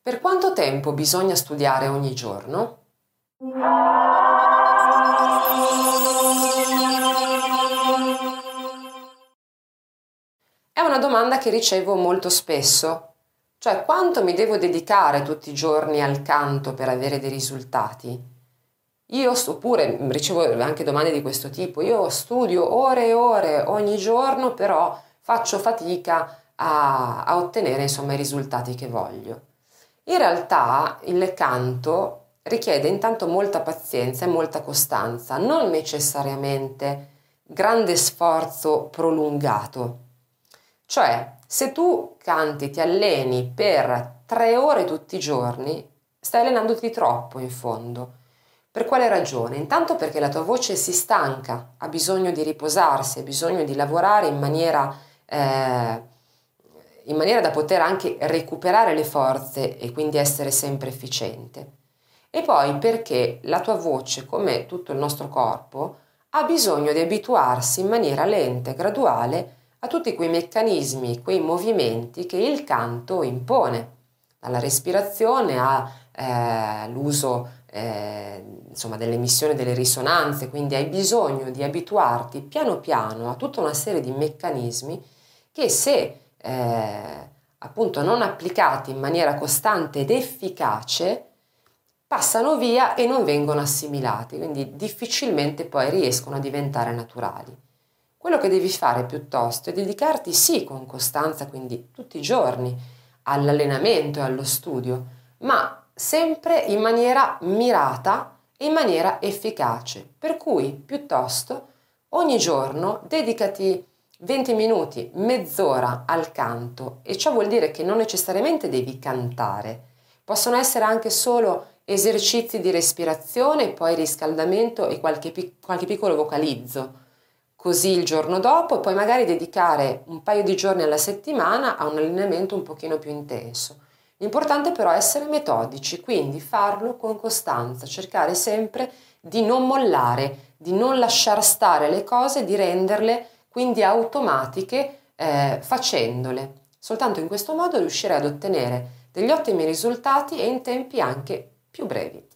Per quanto tempo bisogna studiare ogni giorno? È una domanda che ricevo molto spesso, cioè quanto mi devo dedicare tutti i giorni al canto per avere dei risultati? Oppure ricevo anche domande di questo tipo, io studio ore e ore ogni giorno, però faccio fatica a ottenere insomma i risultati che voglio. In realtà il canto richiede intanto molta pazienza e molta costanza, non necessariamente grande sforzo prolungato. Cioè, se tu canti, ti alleni per 3 ore tutti i giorni, stai allenandoti troppo in fondo. Per quale ragione? Intanto perché la tua voce si stanca, ha bisogno di riposarsi, ha bisogno di lavorare in maniera da poter anche recuperare le forze e quindi essere sempre efficiente. E poi perché la tua voce, come tutto il nostro corpo, ha bisogno di abituarsi in maniera lenta e graduale a tutti quei meccanismi, quei movimenti che il canto impone, dalla respirazione all'uso insomma dell'emissione delle risonanze, quindi hai bisogno di abituarti piano piano a tutta una serie di meccanismi che se appunto non applicati in maniera costante ed efficace passano via e non vengono assimilati, quindi difficilmente poi riescono a diventare naturali. Quello che devi fare piuttosto è dedicarti sì con costanza, quindi tutti i giorni, all'allenamento e allo studio, ma sempre in maniera mirata e in maniera efficace. Per cui piuttosto ogni giorno dedicati 20 minuti, mezz'ora al canto, e ciò vuol dire che non necessariamente devi cantare, possono essere anche solo esercizi di respirazione, poi riscaldamento e qualche piccolo vocalizzo. Così il giorno dopo, poi magari dedicare un paio di giorni alla settimana a un allenamento un pochino più intenso. L'importante però è essere metodici, quindi farlo con costanza, cercare sempre di non mollare, di non lasciar stare le cose, di renderle quindi automatiche facendole. Soltanto in questo modo riuscirai ad ottenere degli ottimi risultati e in tempi anche più brevi.